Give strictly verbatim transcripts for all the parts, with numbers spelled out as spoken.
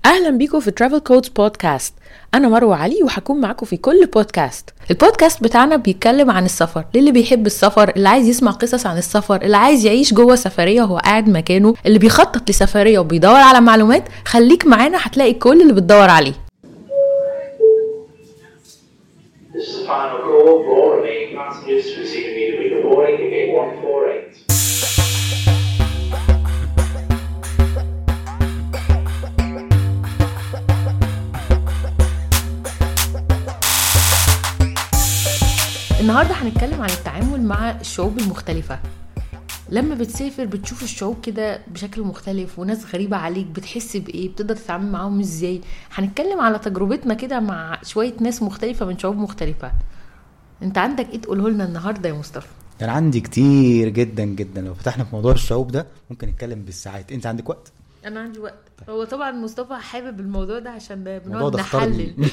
اهلا بيكم في ترافل كودز بودكاست. انا مروه علي وهكون معاكم في كل بودكاست. البودكاست بتاعنا بيتكلم عن السفر، للي بيحب السفر، اللي عايز يسمع قصص عن السفر، اللي عايز يعيش جوه سفريه وهو قاعد مكانه، اللي بيخطط لسفريه وبيدور على معلومات. خليك معانا هتلاقي كل اللي بتدور عليه. This is the final call for remaining passengers to receive immediately boarding ticket one forty-eight. النهارده هنتكلم عن التعامل مع الشعوب المختلفة. لما بتسافر بتشوف الشعوب كده بشكل مختلف وناس غريبة عليك، بتحس بإيه؟ بتقدر تتعامل معاهم إزاي؟ هنتكلم على تجربتنا كده مع شوية ناس مختلفة من شعوب مختلفة. انت عندك ايه تقوله لنا النهارده يا مصطفى؟ كان عندي كتير جدا جدا. لو فتحنا في موضوع الشعوب ده ممكن نتكلم بالساعات. انت عندك وقت؟ انا عندي وقت. هو طبعا مصطفى حابب الموضوع ده عشان الموضوع بنقعد ده اختارني. نحلل.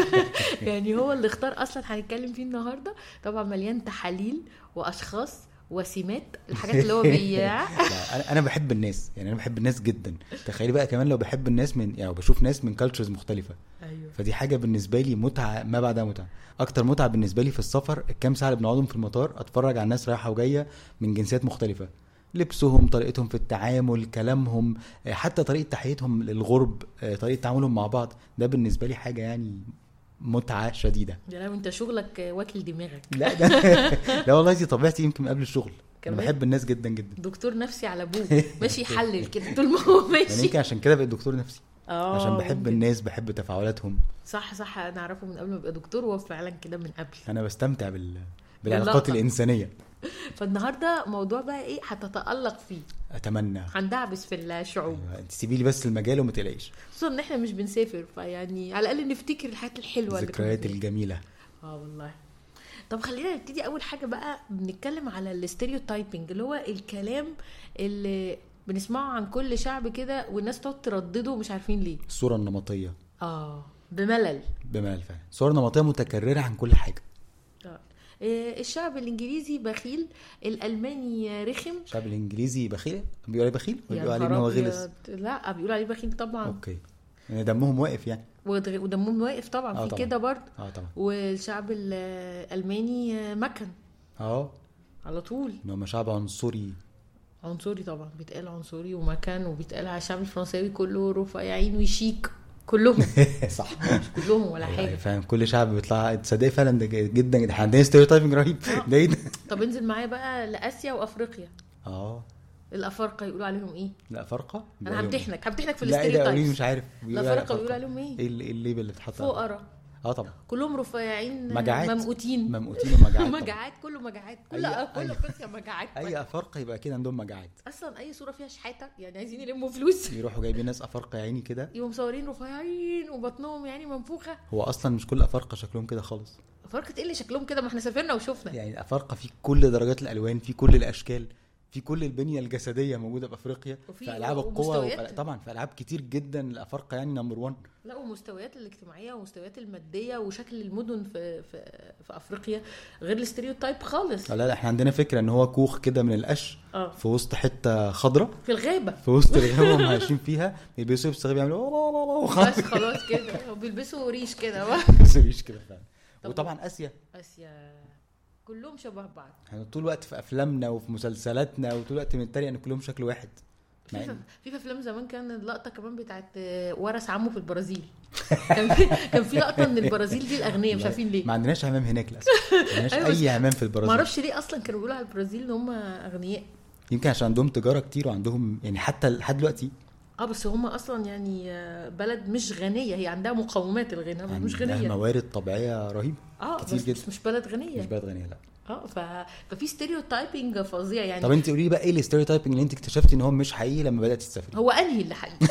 يعني هو اللي اختار اصلا هنتكلم فيه النهارده. طبعا مليان تحاليل واشخاص وسمات الحاجات اللي هو بيع. لا، انا انا بحب الناس، يعني انا بحب الناس جدا. تخيلي بقى كمان لو بحب الناس من يعني بشوف ناس من كالتشرز مختلفه. ايوه. فدي حاجه بالنسبه لي متعه ما بعدها متعه. اكتر متعه بالنسبه لي في السفر الكام ساعه اللي بنقعدهم في المطار، اتفرج على الناس رايحه وجايه من جنسيات مختلفه، لبسهم، طريقتهم في التعامل، كلامهم، حتى طريقه تحيتهم للغرب، طريقه تعاملهم مع بعض. ده بالنسبه لي حاجه يعني متعه شديده. يا لو انت شغلك واكل دماغك. لا ده لا والله دي طبيعتي، يمكن قبل الشغل انا بحب الناس جدا جدا. دكتور نفسي على ابوه ماشي يحلل كده طول ما هو ماشي. يعني يمكن عشان كده بقيت دكتور نفسي. اه عشان بحب ممكن. الناس، بحب تفاعلاتهم. صح صح، انا اعرفه من قبل ما ابقى دكتور وهو فعلا كده من قبل. انا بستمتع بال بالعلاقات باللقطة. الانسانيه. فالنهارده موضوع بقى ايه هتتألق فيه، اتمنى. هندعبس في الشعوب. أيوة. انت سيبي لي بس المجال وما تقلقيش. خصوصا ان احنا مش بنسافر، فيعني على الاقل نفتكر الحاجات الحلوه الذكريات اللي الجميله. اه والله. طب خلينا نبتدي اول حاجه بقى، بنتكلم على الستيريوتايبنج، اللي هو الكلام اللي بنسمعه عن كل شعب كده والناس تقعد تردده ومش عارفين ليه. الصوره النمطيه اه بملل. بمال فعلا. صوره نمطيه متكرره عن كل حاجه. آه. إيه، الشعب الانجليزي بخيل، الالماني رخم. الشعب الانجليزي بخيل، بيقولوا عليه بخيل ولا يا بيقولوا عليه ان نهار هو أبيض. غلس؟ لا بيقولوا عليه بخيل طبعا. اوكي، يعني دمهم واقف يعني. ودغ- ودمهم واقف طبعا. آه في طبعاً. كده برضه. اه طبعا. والشعب الالماني مكن اه على طول. ان هم شعب عنصري. عنصري طبعا، بيتقال عنصري ومكان، وبيتقال على الشعب الفرنساوي كله رفيعين وشيك كلهم. صح. مش كلهم ولا أيوة، حاجه. فاهم. كل شعب بيطلع تصدق فعلا ده جدا. احنا عندنا ستيريوتايبنج رهيب. ده ايه ده؟ طب انزل معايا بقى لاسيا وافريقيا. اه الافارقه يقولوا عليهم ايه؟ لا فرقه. انا همتحنك همتحنك في لا ايه ده؟ قولي الاستيريوتايبس. مش عارف. بيقولوا عليها الافارقه فرقة. بيقولوا عليهم ايه؟ ايه ال- إيه الليبل اللي اتحط؟ فقراء. اه طبعا. كلهم رفيعين مجاعات. ممقوتين ممقوتين ومجاعات. مجاعات، كله مجاعات، كل أي- كل أي- افريقيا مجاعات. اي افارقه يبقى كده عندهم مجاعات. اصلا اي صوره فيها شحاته يعني عايزين يلموا فلوس، يروحوا جايبين ناس افارقه يعني كده. يبقوا مصورين رفيعين وبطنهم يعني منفوخه. هو اصلا مش كل افارقه شكلهم كده خالص. افارقه ايه اللي شكلهم كده؟ ما احنا سافرنا وشفنا. يعني الافارقه في كل درجات الالوان، في كل الاشكال، في كل البنيه الجسديه موجوده في افريقيا. وفي- في العاب القوه ومستويات. وفي... طبعا في العاب كتير جدا الافارقه يعني نمبر واحد. لا ومستويات الاجتماعيه ومستويات الماديه وشكل المدن في في في افريقيا غير الاستيريوتايب خالص. لا لا احنا عندنا فكره ان هو كوخ كده من القش اه في وسط حته خضراء، في الغابه في وسط الغابه هم عايشين فيها، بيلبسوا لبس غريب يعملوا بس خلاص كده وبيلبسوا ريش كده بقى. سريش كده فعلا. طب وطبعا اسيا اسيا كلهم شبه بعض. احنا طول الوقت في افلامنا وفي مسلسلاتنا وطول الوقت بنتريق ان كلهم شكل واحد. مع في إن- في في افلام زمان كان اللقطه كمان بتاعت ورث عمه في البرازيل. كان في كان في لقطه ان البرازيل دي الاغنياء، مش عارفين ليه. ما عندناش همام هناك للاسف. ما عندناش أيوة بس اي همام في ما البرازيل. اعرفش ليه اصلا كانوا بيقولوا على البرازيل ان هم اغنياء. يمكن عشان عندهم تجاره كتير وعندهم يعني حتى لحد دلوقتي اه بس هم اصلا يعني بلد مش غنيه، هي عندها مقومات الغنى بس مش عندها غنيه. موارد طبيعيه رهيبه. اه كتير بس, جدا. بس مش بلد غنيه. مش بلد غنيه لا. اه ف... ففي ستيريوتايبنج فظيع يعني. طب انت قولي لي بقى ايه الستيريوتايبنج اللي انت اكتشفتي ان هو مش حقيقي لما بدات تسافري؟ هو انهي اللي حقيقي؟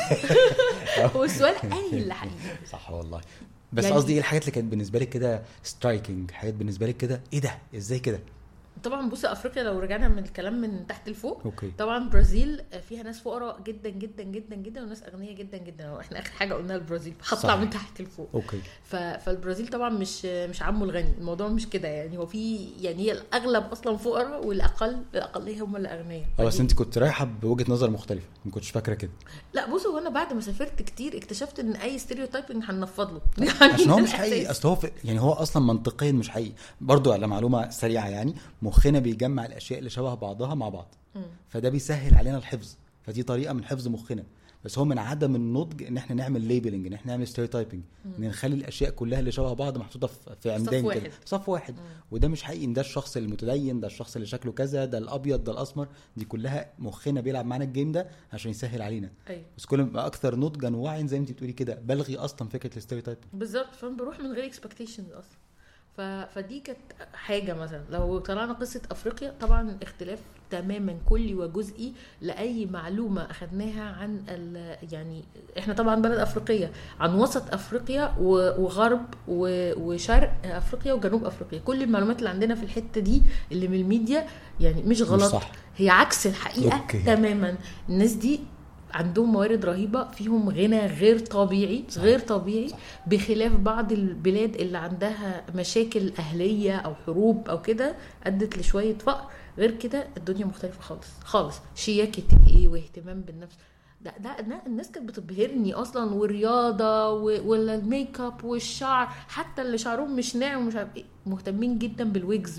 هو السؤال انهي اللي حقيقي؟ صح والله. بس يعني- قصدي ايه الحاجات اللي كانت بالنسبه لك كده سترايكنج، حاجات بالنسبه لك كده ايه ده ازاي كده؟ طبعا بص افريقيا لو رجعنا من الكلام من تحت لفوق أوكي. طبعا برازيل فيها ناس فقراء جدا جدا جدا جدا وناس اغنياء جدا جدا. احنا اخر حاجه قلنا البرازيل هطلع من تحت لفوق. اوكي. فالبرازيل طبعا مش مش عمو الغني. الموضوع مش كده يعني. هو في يعني هي الاغلب اصلا فقراء والاقل الاقليه هم اللي اغنياء. اه بس انت كنت رايحه بوجهه نظر مختلفه ما كنتش فاكره كده. لا بص هو انا بعد ما سافرت كتير اكتشفت ان اي ستيريوتايبنج هننفض له يعني عشان هو مش حقيقي. اصل هو يعني هو اصلا منطقيا مش حقيقي. برضو على معلومه سريعه يعني مخنا بيجمع الاشياء اللي شبه بعضها مع بعض م. فده بيسهل علينا الحفظ. فدي طريقه من حفظ مخنا. بس هو من عدم النضج ان احنا نعمل ليبلنج ان احنا نعمل ستيريوتايبنج ان نخلي الاشياء كلها اللي شبه بعض محطوطه في عمدان كده صف واحد. مم. وده مش حقيقي. ده الشخص المتدين ده الشخص اللي شكله كذا ده الابيض ده الاسمر. دي كلها مخنا بيلعب معانا الجيم ده عشان يسهل علينا. أيوة. بس كل ما اكثر نضجا ووعي زي ما انت بتقولي كده بلغي اصلا فكره الستيريوتايبنج بالظبط. فبروح من غير اكسبكتيشنز اصلا. ف... فدي كانت حاجه. مثلا لو طلعنا قصه افريقيا طبعا اختلاف تماما كلي وجزئي لاي معلومه اخذناها عن ال... يعني احنا طبعا بلد افريقيه عن وسط افريقيا وغرب وشرق افريقيا وجنوب افريقيا. كل المعلومات اللي عندنا في الحته دي اللي من الميديا يعني مش غلط مش صح. هي عكس الحقيقه. أوكي. تماما. الناس دي عندهم موارد رهيبة فيهم غنى غير طبيعي. صح. غير طبيعي. صح. بخلاف بعض البلاد اللي عندها مشاكل أهلية أو حروب أو كده أدت لشوية فقر. غير كده الدنيا مختلفة خالص خالص. شياكة إيه واهتمام بالنفس ده, ده الناس كانت بتبهرني أصلا. والرياضة ولا الميك اب والشعر حتى اللي شعرهم مش ناعم ومش عارف إيه مهتمين جدا بالويجز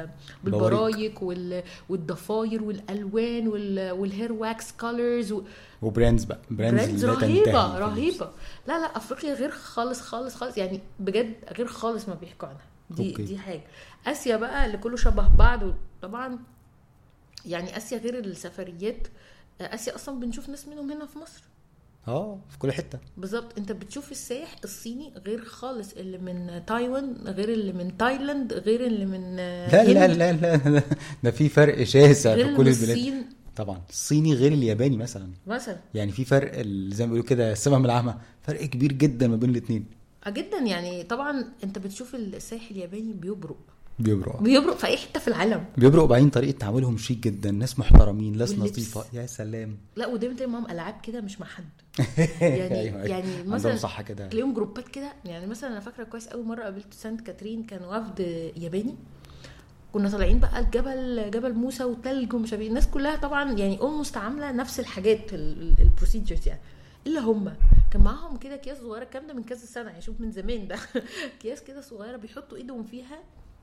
بالبرايك والضفاير والألوان والهير واكس كولرز و... وبراندز بقى براندز رهيبة رهيبة. لا لا أفريقيا غير خالص خالص خالص يعني بجد غير خالص ما بيحكوا عنها. دي أوكي. دي حاجة. آسيا بقى اللي كله شبه بعض. طبعا يعني آسيا غير السفريات. آسيا أصلا بنشوف ناس منهم هنا في مصر. اه في كل حتة بالظبط. انت بتشوف السائح الصيني غير خالص اللي من تايوان غير اللي من تايلاند غير اللي من لا لا لا لا, لا. ده في فرق شاسع في كل البلاد. طبعا الصيني غير الياباني مثلا مثلا يعني في فرق زي ما بيقولوا كده السما من العمى. فرق كبير جدا ما بين الاثنين جدا يعني. طبعا انت بتشوف السائح الياباني بيبرق بيبرق بيبرق في اي حته في العالم. بيبرق. بعدين طريقه تعاملهم شيك جدا. ناس محترمين ناس نظيفه. يا سلام. لا ودايما تلاقي معاهم العاب كده مش مع حد يعني أيوة. يعني مثلا صح كده تلاقيهم جروبات كده. يعني مثلا انا فاكره كويس قوي مره قابلت سانت كاترين كان وفد ياباني. كنا طالعين بقى الجبل جبل موسى وتلج ومش عارف. الناس كلها طبعا يعني اولموست عامله نفس الحاجات البروسيجرز يعني الا هم كان معاهم كده اكياس صغيره كامله من كذا سنه يعني شوف من زمان ده اكياس كده صغيره بيحطوا ايدهم فيها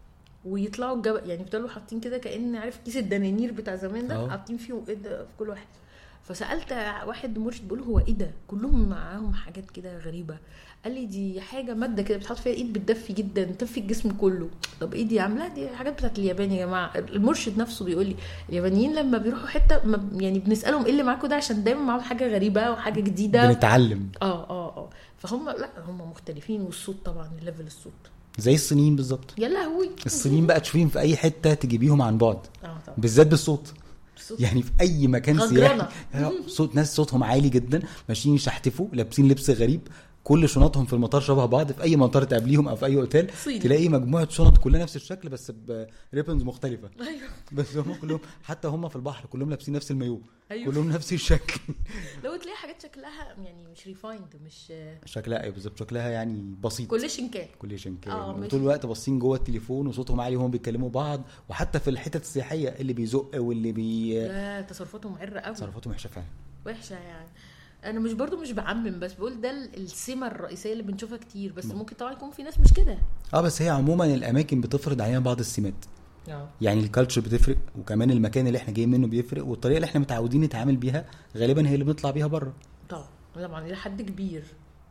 ويطلعوا الجبل. يعني بيفضلوا حاطين كده كأن عارف كيس الدنانير بتاع زمان ده حاطين فيه ايد في كل واحد. فسالت واحد مرشد بيقول هو ايه ده كلهم معاهم حاجات كده غريبه. قال لي دي حاجه ماده كده بتحط فيها ايد بتدفي جدا تدفي الجسم كله. طب ايه دي عامله دي حاجات بتاعت اليابان يا جماعه. المرشد نفسه بيقول لي اليابانيين لما بيروحوا حته يعني بنسالهم ايه اللي معاكم ده عشان دايما معاهم حاجه غريبه وحاجه جديده بنتعلم. اه اه اه فهم لا هم مختلفين. والصوت طبعا الليفل الصوت زي الصينيين بالظبط. يا لهوي الصينيين بقى تشوفين في اي حته تجيبيهم عن بعد بالذات بالصوت. يعني في اي مكان سياحي صوت ناس صوتهم عالي جدا ماشيين يشحتفوا لابسين لبس غريب. كل شنطهم في المطار شبه بعض. في اي مطار تقابليهم او في اي اوتيل تلاقي مجموعه شنط كلها نفس الشكل بس بريبنز مختلفه. ايوه بس هم كلهم حتى هم في البحر كلهم لابسين نفس المايو. أيوة. كلهم نفس الشكل. لو تلاقي حاجات شكلها يعني مش ريفايند مش شكلها ايه بالظبط شكلها يعني بسيط كل شنكان كل شنكان وطول الوقت باصين جوه التليفون وصوتهم عالي وهم بيتكلموا بعض. وحتى في الحتت السياحيه اللي بيزق واللي بي لا تصرفاتهم عره قوي. تصرفاتهم وحشه فعلا وحشه يعني. انا مش برضو مش بعمم بس بقول ده السمه الرئيسيه اللي بنشوفها كتير. بس ممكن طبعا يكون في ناس مش كده. اه بس هي عموما الاماكن بتفرض علينا بعض السمات. أوه. يعني الكالتشر بتفرق وكمان المكان اللي احنا جايين منه بيفرق والطريقه اللي احنا متعودين نتعامل بيها غالبا هي اللي بنطلع بيها بره. طبعا طبعا الى حد كبير.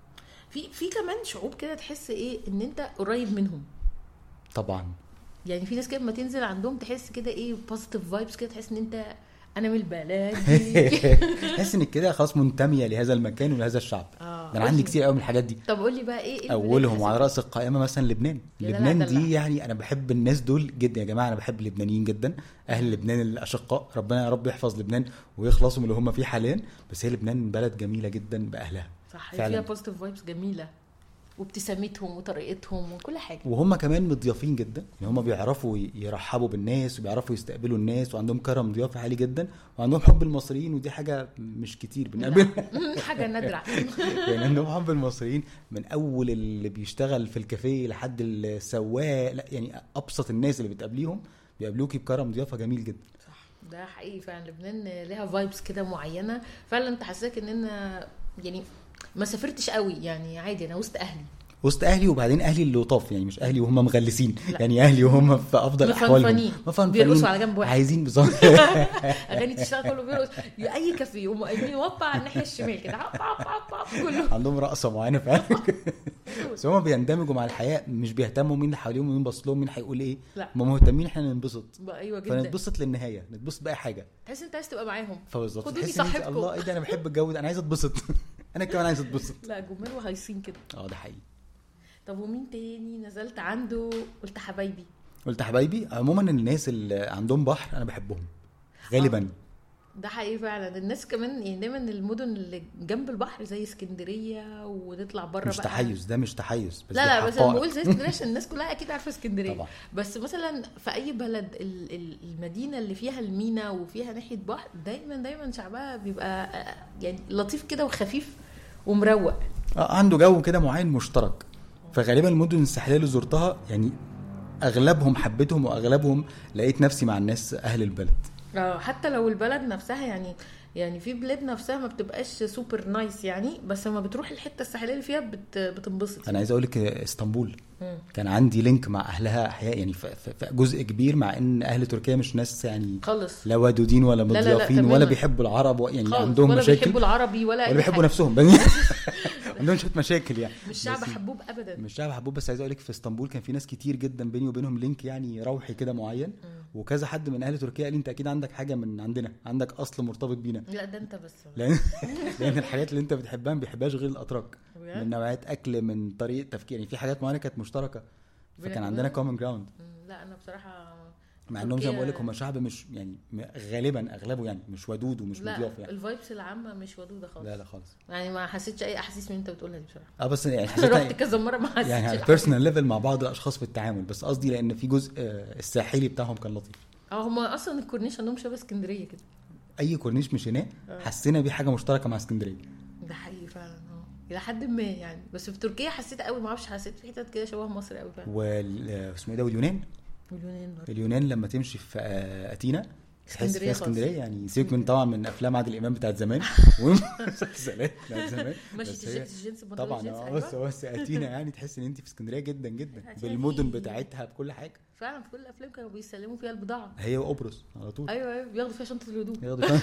في في كمان شعوب كده تحس ايه ان انت قريب منهم. طبعا يعني في ناس كده لما تنزل عندهم تحس كده ايه بوزيتيف فايبس كده تحس ان انت انا من البلد تحس انك كده خلاص منتميه لهذا المكان ولهذا الشعب. آه انا عندي كتير قوي من الحاجات دي. طب قول لي بقى ايه, إيه اولهم على راس القائمه مثلا لبنان. لبنان دي يعني انا بحب الناس دول جدا يا جماعه. انا بحب اللبنانيين جدا. اهل لبنان الاشقاء ربنا يا رب يحفظ لبنان ويخلصوا من اللي هم فيه حاليا. بس هي لبنان بلد جميله جدا باهلها صح فيها بوزيتيف فايبس جميله. وابتسامتهم وطريقتهم وكل حاجه. وهم كمان مضيافين جدا، يعني هم بيعرفوا يرحبوا بالناس وبيعرفوا يستقبلوا الناس وعندهم كرم ضيافه عالي جدا وعندهم حب المصريين، ودي حاجه مش كتير بنقابلها حاجه نادره يعني عندهم حب المصريين من اول اللي بيشتغل في الكافيه لحد السواق، لا يعني ابسط الناس اللي بتقابليهم بيقابلوكي بكرم ضيافه جميل جدا. ده حقيقي فعلا. لبنان ليها فايبس كده معينه فعلا، انت حاساك ان انا يعني ما سافرتش قوي، يعني عادي انا وسط اهلي وسط اهلي، وبعدين اهلي اللي لطاف، يعني مش اهلي وهم مغلسين، لا. يعني اهلي وهم في افضل احوالهم، مفنفنين بيرقصوا على جنب واحد، عايزين بالظبط اغاني تشتغل كله بيرقص، اي كافيه هم قايمين وقع على الناحيه الشمال كده كله عندهم رقصه معينه فعلا بس هم بيندمجوا مع الحياه، مش بيهتموا مين اللي حواليهم ومين باص لهم مين هيقول ايه، هم مهتمين احنا ننبسط. ايوه جدا، فنتبسط للنهايه، نتبسط باي حاجه، تحس انت عايز تبقى معاهم، فبالظبط خدوني صاحبكم. الله ايه ده انا بحب الجو ده، انا عايز اتبسط انا كمان عايز اتبسط. لا جمال وهايصين كده. اه ده حقيقي. طب ومين تاني نزلت عنده قلت حبايبي؟ قلت حبايبي عموما الناس اللي عندهم بحر انا بحبهم غالبا. آه. ده حقيقي فعلا. الناس كمان يعني دايما المدن اللي جنب البحر زي اسكندريه ونطلع بره مش بقى، تحيز ده مش تحيز بس لا لا بس انا بقول زي اسكندريه عشان الناس كلها اكيد عارفه اسكندريه طبعا. بس مثلا في اي بلد المدينه اللي فيها المينا وفيها ناحيه بحر دايما دايما شعبها بيبقى يعني لطيف كده وخفيف ومروق، اه عنده جو كده معين مشترك. فغالبا المدن الساحليه اللي زرتها يعني اغلبهم حبيتهم واغلبهم لقيت نفسي مع الناس اهل البلد. اه حتى لو البلد نفسها يعني يعني في بلاد نفسها ما بتبقاش سوبر نايس يعني، بس لما بتروح الحته الساحليه اللي فيها بت بتنبسط. انا عايز اقول لك اسطنبول مم. كان عندي لينك مع اهلها احياء يعني في جزء كبير، مع ان اهل تركيا مش ناس يعني خالص لا ودودين ولا مضيافين ولا بيحبوا العرب، يعني عندهم ولا مشاكل، بيحبوا العربي ولا ولا بيحبوا نفسهم عندهم شويه مشاكل يعني، مش شعب حبوب ابدا، مش شعب حبوب. بس عايز اقول لك في اسطنبول كان في ناس كتير جدا بيني وبينهم لينك يعني روحي كده معين، مم. وكذا حد من اهل تركيا قال لي انت اكيد عندك حاجه من عندنا، عندك اصل مرتبط بينا. لا ده انت بس لان لان الحاجات اللي انت بتحبها ما بيحبهاش غير الاتراك، من نوعيات اكل من طريقه تفكير، يعني في حاجات معينه كانت مشتركه فكان عندنا كومن جراوند. لا انا بصراحه مع انهم زي ما بقول لك هم شعب مش يعني غالبا اغلبه يعني مش ودود ومش مضياف، يعني الفايبس العامه مش ودوده خالص. لا لا خالص، يعني ما حسيتش اي احاسيس من انت بتقولها دي بصراحه. اه بس يعني حسيت رحت كذا مره ما حسيتش يعني على البيرسونال ليفل مع بعض الاشخاص في التعامل، بس قصدي لان في جزء الساحلي بتاعهم كان لطيف. اه هم اصلا الكورنيش عندهم شبه اسكندريه كده، اي كورنيش مشيناه حسينا بيه حاجه مشتركه مع اسكندريه. ده حقيقي فعلا اه الى حد ما يعني. بس في تركيا حسيت قوي، ما اعرفش، حسيت في حتت كده شبه مصر قوي فعلا. واسمه ايه ده واليونان واليونان برضه. اليونان لما تمشي في اتينا تحس في اسكندريه، يعني سيبك من طبعا من افلام عادل امام بتاعت زمان ومسلسلات بتاعت زمان ماشي تيشيرت الجينز طبعا اه بس بس اتينا يعني تحس ان انت في اسكندريه جدا جدا بالمدن بتاعتها بكل حاجه. فعلا في كل الافلام كانوا بيسلموا فيها البضاعه، هي وقبرص على طول. ايوه ايوه بياخدوا فيها شنطه الهدوم، ياخدوا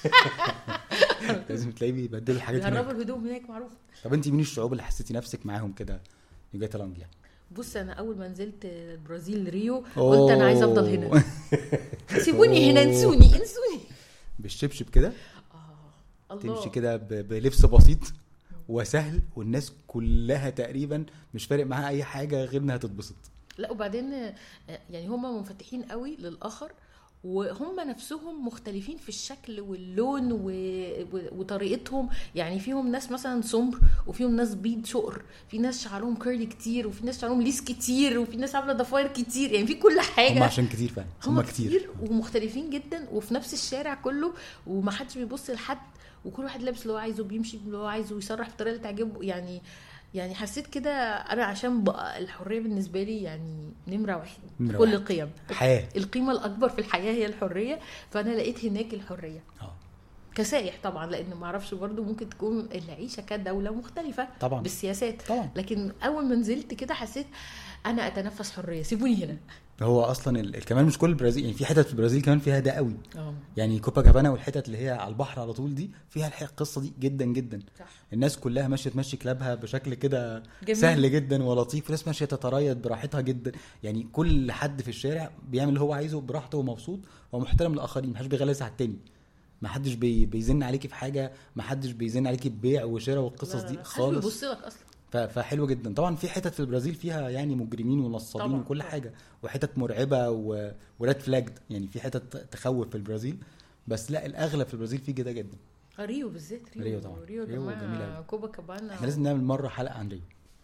لازم تلاقيه بيبدلوا الحاجات هناك، بيهربوا الهدوم هناك معروف. طب انت مين الشعوب اللي حسيتي نفسك معاهم كده يجي تلانج يعني؟ بص انا اول ما نزلت البرازيل ريو قلت انا عايز افضل هنا سيبوني هنا، انسوني انسوني بالشبشب كده اه الله تمشي كده بلبس بسيط وسهل، والناس كلها تقريبا مش فارق معاها اي حاجه غير انها تتبسط. لا وبعدين يعني هم منفتحين قوي للاخر، وهم نفسهم مختلفين في الشكل واللون و... وطريقتهم، يعني فيهم ناس مثلا سمر وفيهم ناس بيض شقر، في ناس شعرهم كيرلي كتير وفي ناس شعرهم ليس كتير وفي ناس عامله ضفاير كتير، يعني في كل حاجه. هم عشان كتير فعلا هم كتير, كتير ومختلفين جدا وفي نفس الشارع كله، ومحدش بيبص لحد، وكل واحد لابس اللي هو عايزه، بيمشي اللي هو عايزه، ويصرح بطريقه اللي تعجبه. يعني يعني حسيت كده انا عشان بقى الحريه بالنسبه لي يعني نمره واحد في كل القيم. الحياه القيمه الاكبر في الحياه هي الحريه، فانا لقيت هناك الحريه اه كسائح طبعا، لان ما اعرفش برضو ممكن تكون العيشه كدوله مختلفه طبعا بالسياسات طبعا. لكن اول ما نزلت كده حسيت انا اتنفس حريه، سيبوني هنا. هو اصلا ال... كمان مش كل البرازيل، يعني في حتت في البرازيل كمان فيها ده قوي اه يعني كوباكابانا والحتت اللي هي على البحر على طول دي فيها الحقيقه القصه دي جدا جدا صح. الناس كلها ماشيه تمشي كلابها بشكل كده سهل جدا ولطيف، وناس ماشيه تتريض براحتها جدا، يعني كل حد في الشارع بيعمل اللي هو عايزه براحته ومبسوط ومحترم للاخرين، محدش بيغلس على التاني، ما حدش بي... بيزن عليكي في حاجه، ما حدش بيزن عليكي ببيع وشراء والقصص دي خالص، بيبص لك اصلا. فحلو جدا. طبعا في حتت في البرازيل فيها يعني مجرمين ونصابين وكل طبعًا. حاجه، وحتت مرعبه و... وريد فلاج، يعني في حتت تخوف في البرازيل، بس لا الاغلب في البرازيل فيه كده جدا. ريو بالذات، ريو ريو طبعا ريو, ريو جميله، كوباكابانا احنا لازم نعمل مره حلقه عن ريو.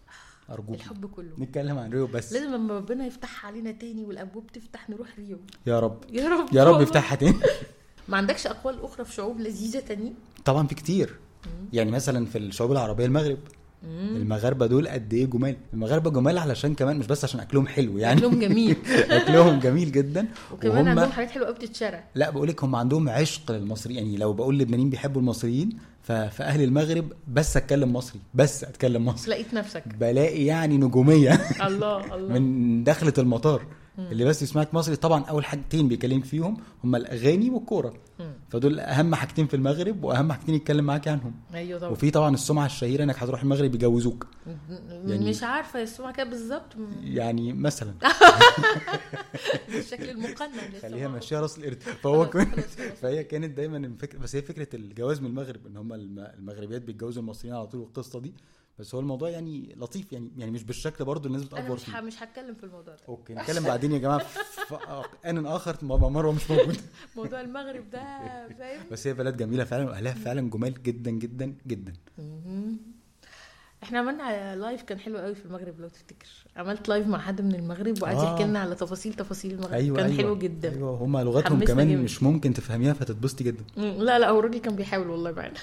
ارجوك الحب كله. نتكلم عن ريو بس. لازم لما ربنا يفتح علينا تاني والابواب تفتح نروح ريو. يا رب يا رب يا رب يفتحها تاني. ما عندكش اقوال اخرى في شعوب لذيذه تاني؟ طبعا في كتير. يعني مثلا في الشعوب العربيه المغرب، المغاربه دول قد ايه جمال. المغاربه جمال علشان كمان مش بس عشان اكلهم حلو يعني، اكلهم جميل. اكلهم جميل جدا، وكمان عندهم حاجات حلوه قوي بتتشرى. لا بقولك هم عندهم عشق للمصريين. يعني لو بقول لبنانيين بيحبوا المصريين، فاهل المغرب بس اتكلم مصري، بس اتكلم مصري لقيت نفسك بلاقي يعني نجوميه. الله الله من دخلة المطار اللي بس يسمعك مصري. طبعا اول حاجتين بيكلمك فيهم هم الاغاني والكوره، فدول اهم حاجتين في المغرب واهم حاجتين يتكلم معاك عنهم. ايوه طبعا. وفي طبعا السمعه الشهيره انك هتروح المغرب يجوزوك. يعني مش عارفه السمعه كده بالظبط يعني مثلا بالشكل المقنن خليها ماشيه راس القرد. فهو كمان فهي كانت دايما الفكره، بس هي فكره الجواز من المغرب ان هم المغربيات بيتجوزوا المصريين على طول والقصه دي. بس هو الموضوع يعني لطيف يعني يعني مش بالشكل برضو الناس بتأفور فيه. انا مش مش هتكلم في الموضوع ده. اوكي نتكلم بعدين يا جماعه في ان اخر. مروه مش موجود. موضوع المغرب ده فاهم. بس هي بلد جميله فعلا واهلها فعلا جمال جدا جدا جدا. احنا عملنا لايف كان حلو قوي في المغرب لو تفتكر. عملت لايف مع حد من المغرب وقعد يحكي لنا على تفاصيل تفاصيل المغرب. أيوة كان أيوة حلو جدا. ايوه هم لغتهم كمان جميل. مش ممكن تفهميها فتتبسطي جدا. لا لا هو الراجل كان بيحاول والله معانا.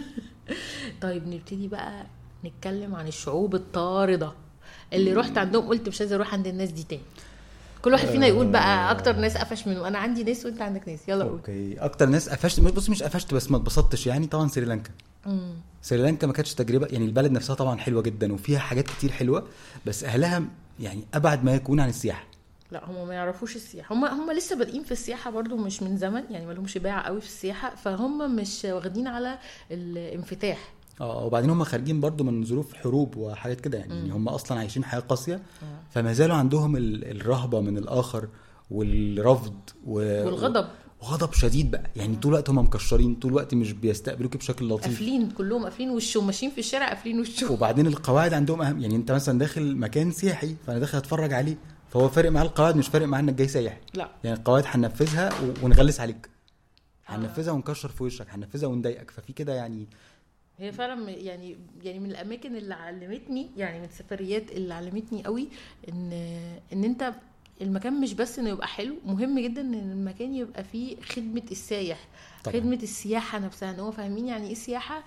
طيب نبتدي بقى نتكلم عن الشعوب الطاردة اللي رحت عندهم قلت مش عايزه اروح عند الناس دي تاني. كل واحد فينا يقول بقى اكتر ناس قفش منه. انا عندي ناس وانت عندك ناس. يلا قول. اوكي اكتر ناس قفشت. بص مش قفشت بس ما اتبسطتش يعني. طبعا سريلانكا. امم سريلانكا ما كانتش تجربه يعني. البلد نفسها طبعا حلوه جدا وفيها حاجات كتير حلوه، بس اهلها يعني ابعد ما يكون عن السياحه. لا هم ما يعرفوش السياحه. هم هم لسه بادئين في السياحه برضو مش من زمن يعني، ما لهمش باع قوي في السياحه، فهم مش واخدين على الانفتاح. اه وبعدين هم خارجين برضو من ظروف حروب وحاجات كده يعني. يعني هم اصلا عايشين حياه قاسيه، فما زالوا عندهم الرهبه من الاخر والرفض و... والغضب وغضب شديد بقى يعني. طول الوقت هم مكشرين، طول الوقت مش بيستقبلوك بشكل لطيف، قافلين كلهم قافلين وشهم، ماشيين في الشارع قافلين وشهم. وبعدين القواعد عندهم اهم يعني. انت مثلا داخل مكان سياحي فانا داخل اتفرج عليه، فهو فارق مع القواعد مش فارق مع انك جاي سايح. لا يعني القواعد هننفذها ونغلس عليك، هننفذها ونكشر في وشك، هننفذها ونضايقك. ففي كده يعني. هي فعلا يعني يعني من الاماكن اللي علمتني يعني، من السفريات اللي علمتني قوي ان ان انت المكان مش بس انه يبقى حلو، مهم جدا ان المكان يبقى فيه خدمه السايح طبعا. خدمه السياحه نفسها، ان هو فاهمين يعني ايه سياحه